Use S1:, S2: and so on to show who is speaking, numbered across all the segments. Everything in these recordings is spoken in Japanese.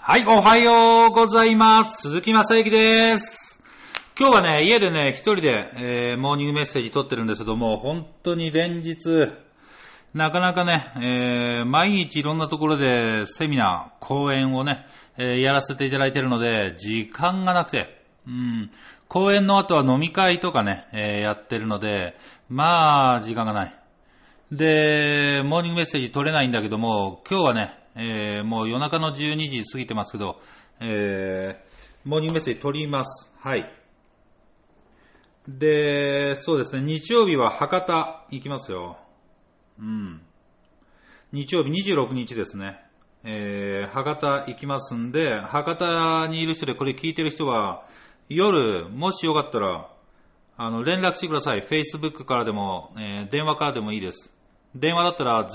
S1: はい、おはようございます。鈴木正幸です。今日はね、家でね、一人で、モーニングメッセージ撮ってるんですけども、本当に連日、なかなかね、毎日いろんなところでセミナー、講演をね、やらせていただいているので、時間がなくて、講演の後は飲み会とかね、やってるので、まあ、時間がない。で、モーニングメッセージ取れないんだけども、今日はね、もう夜中の12時過ぎてますけど、モーニングメッセージ取ります。はい。で、そうですね、日曜日は博多行きますよ。日曜日26日ですね。博多行きますんで、博多にいる人でこれ聞いてる人は、夜、もしよかったら、連絡してください。Facebook からでも、電話からでもいいです。電話だったら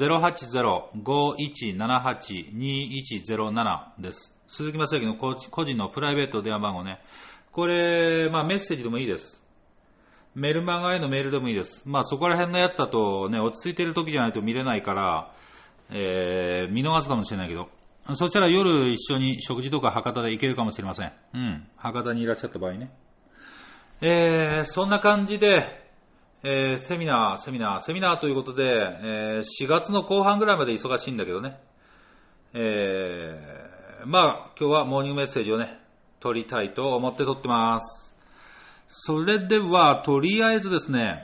S1: 080-5178-2107 です。鈴木正幸の個人のプライベート電話番号ね。これ、メッセージでもいいです。メルマガへのメールでもいいです。そこら辺のやつだとね、落ち着いてる時じゃないと見れないから、見逃すかもしれないけど、そしたら夜一緒に食事とか博多で行けるかもしれません。博多にいらっしゃった場合ね。そんな感じで、セミナーということで、4月の後半ぐらいまで忙しいんだけどね。今日はモーニングメッセージをね、取りたいと思って取ってます。それでは、とりあえずですね、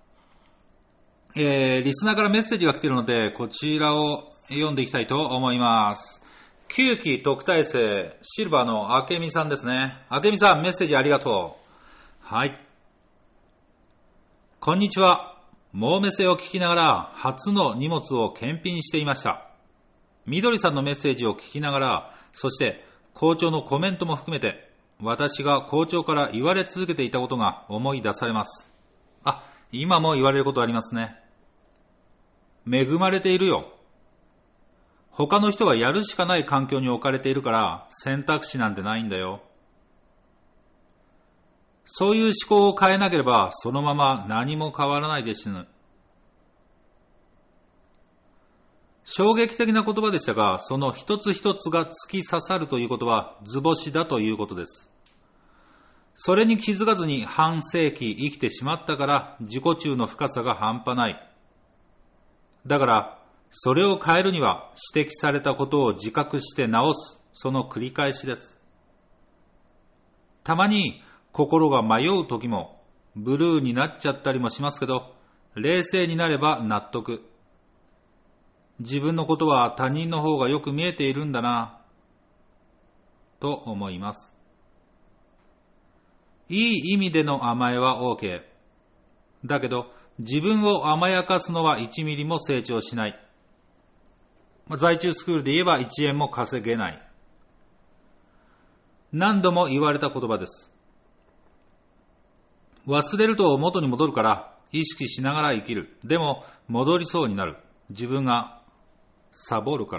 S1: リスナーからメッセージが来ているので、こちらを読んでいきたいと思います。9期特待生、シルバーのあけみさんですね。あけみさん、メッセージありがとう。はい。こんにちは。モーメセを聞きながら初の荷物を検品していました。みどりさんのメッセージを聞きながら、そして校長のコメントも含めて、私が校長から言われ続けていたことが思い出されます。今も言われることありますね。恵まれているよ。他の人がやるしかない環境に置かれているから選択肢なんてないんだよ。そういう思考を変えなければそのまま何も変わらないで死ぬ。衝撃的な言葉でしたが、その一つ一つが突き刺さるということは図星だということです。それに気づかずに半世紀生きてしまったから自己中の深さが半端ない。だからそれを変えるには指摘されたことを自覚して直す、その繰り返しです。たまに心が迷う時もブルーになっちゃったりもしますけど、冷静になれば納得。自分のことは他人の方がよく見えているんだなと思います。いい意味での甘えは OK。だけど自分を甘やかすのは1ミリも成長しない。在中スクールで言えば1円も稼げない。何度も言われた言葉です。忘れると元に戻るから意識しながら生きる。でも戻りそうになる。自分がサボるから。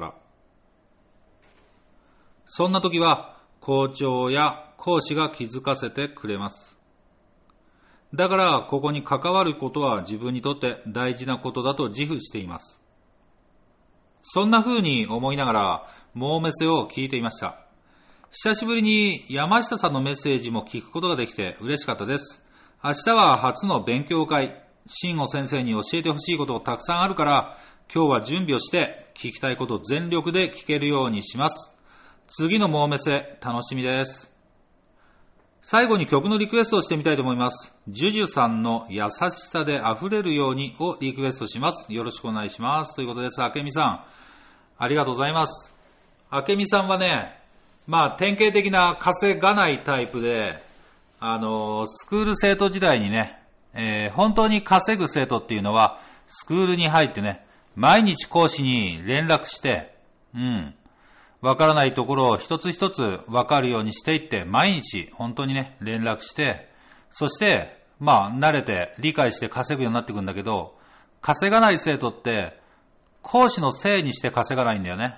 S1: そんな時は校長や講師が気づかせてくれます。だからここに関わることは自分にとって大事なことだと自負しています。そんな風に思いながらモーメセを聞いていました。久しぶりに山下さんのメッセージも聞くことができて嬉しかったです。明日は初の勉強会。慎吾先生に教えてほしいことたくさんあるから、今日は準備をして聞きたいこと全力で聞けるようにします。次のモーメセ楽しみです。最後に曲のリクエストをしてみたいと思います。ジュジュさんの優しさで溢れるようにをリクエストします。よろしくお願いします。ということです。あけみさん、ありがとうございます。あけみさんはね、典型的な稼がないタイプで、スクール生徒時代にね、本当に稼ぐ生徒っていうのは、スクールに入ってね、毎日講師に連絡して、わからないところを一つ一つわかるようにしていって、毎日本当にね、連絡して、そして、慣れて理解して稼ぐようになっていくんだけど、稼がない生徒って、講師のせいにして稼がないんだよね。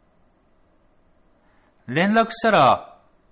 S1: 連絡したら、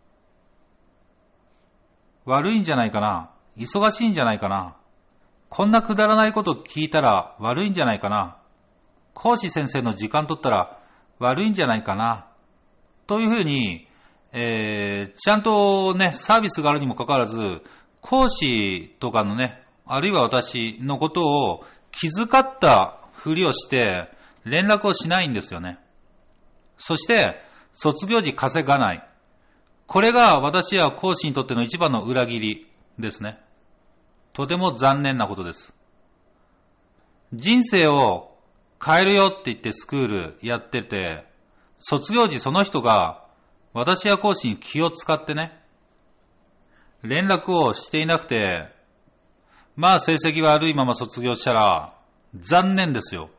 S1: 悪いんじゃないかな、忙しいんじゃないかな、こんなくだらないこと聞いたら悪いんじゃないかな、講師先生の時間取ったら悪いんじゃないかなというふうに、ちゃんとね、サービスがあるにもかかわらず、講師とかのね、あるいは私のことを気遣ったふりをして連絡をしないんですよね。そして、卒業時稼がない。これが私や講師にとっての一番の裏切りですね。とても残念なことです。人生を変えるよって言ってスクールやってて、卒業時その人が私や講師に気を使ってね、連絡をしていなくて、まあ成績悪いまま卒業したら残念ですよ。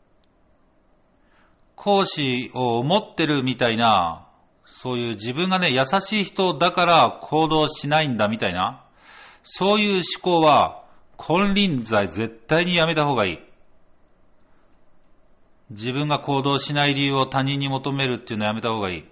S1: 講師を持ってるみたいな、そういう自分がね、優しい人だから行動しないんだみたいな、そういう思考は金輪際絶対にやめた方がいい。自分が行動しない理由を他人に求めるっていうのはやめた方がいい。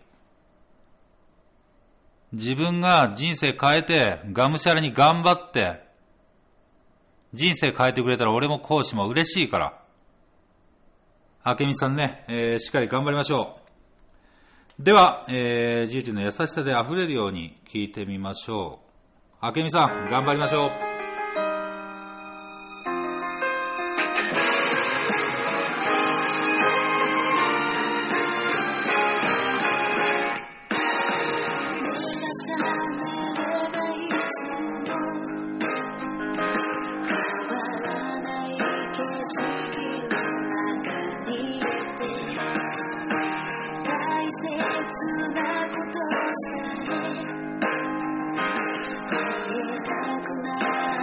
S1: 自分が人生変えて、がむしゃらに頑張って、人生変えてくれたら俺も講師も嬉しいから。明美さんね、しっかり頑張りましょう。では、じいちの優しさで溢れるように聞いてみましょう。明美さん、頑張りましょう。
S2: なくな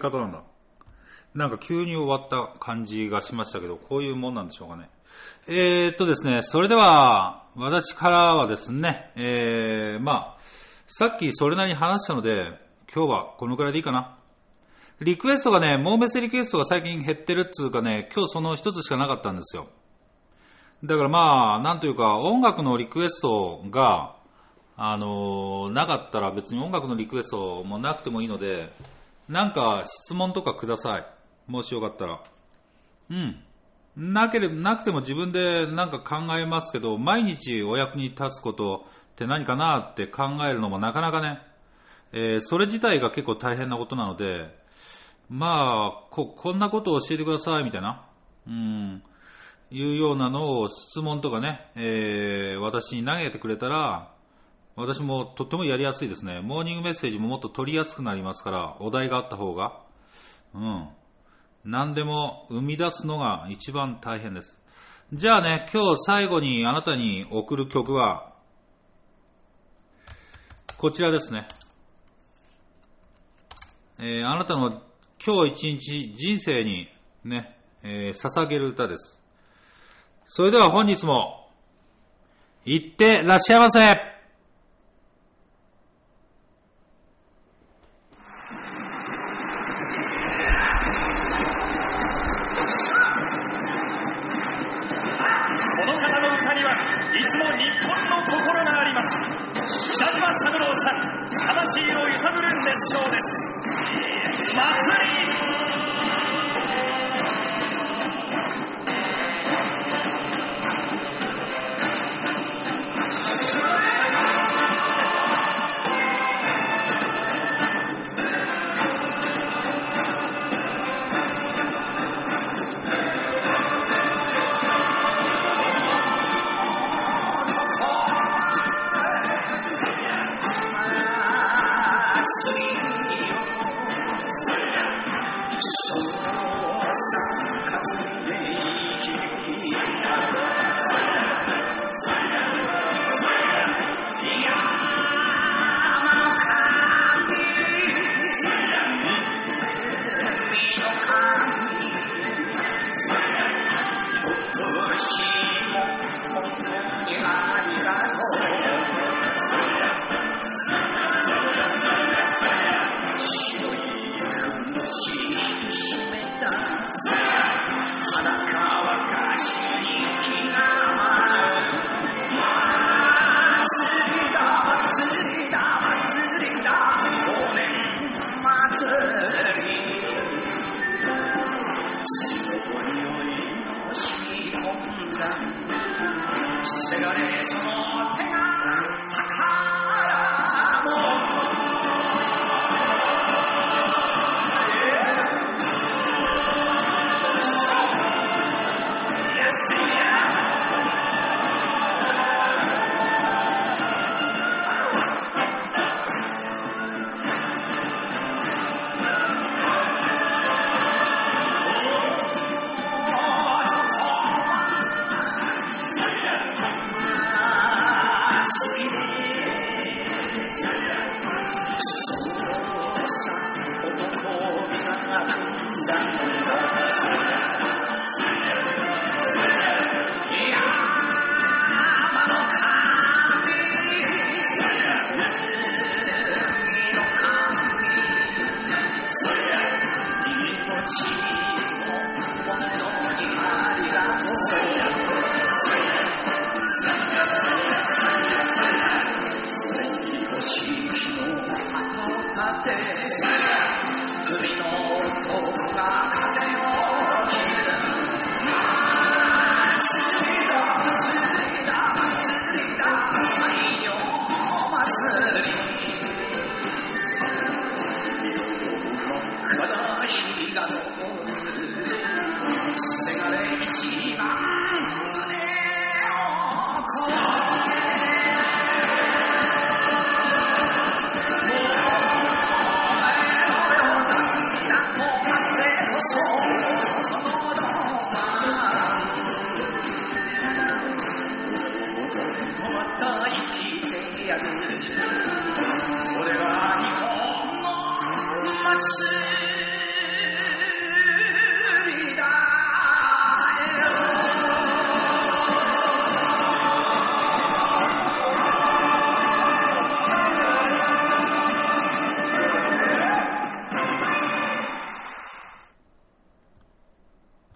S1: 方なんだ。なんか急に終わった感じがしましたけど、こういうもんなんでしょうかね。ですね、それでは、私からはですね、さっきそれなりに話したので、今日はこのくらいでいいかな。リクエストがね、モーメスリクエストが最近減ってるっつうかね、今日その一つしかなかったんですよ。だからなんというか、音楽のリクエストが、なかったら別に音楽のリクエストもなくてもいいので、なんか質問とかください。もしよかったら。なくても自分でなんか考えますけど、毎日お役に立つことって何かなって考えるのもなかなかね、それ自体が結構大変なことなので、こんなことを教えてくださいみたいな、いうようなのを質問とかね、私に投げてくれたら、私もとってもやりやすいですね。モーニングメッセージももっと取りやすくなりますから、お題があった方が。何でも生み出すのが一番大変です。じゃあね、今日最後にあなたに送る曲は、こちらですね。あなたの今日一日人生にね、捧げる歌です。それでは本日も、いってらっしゃいませ。
S2: 北島三郎さん、魂を揺さぶる熱唱です。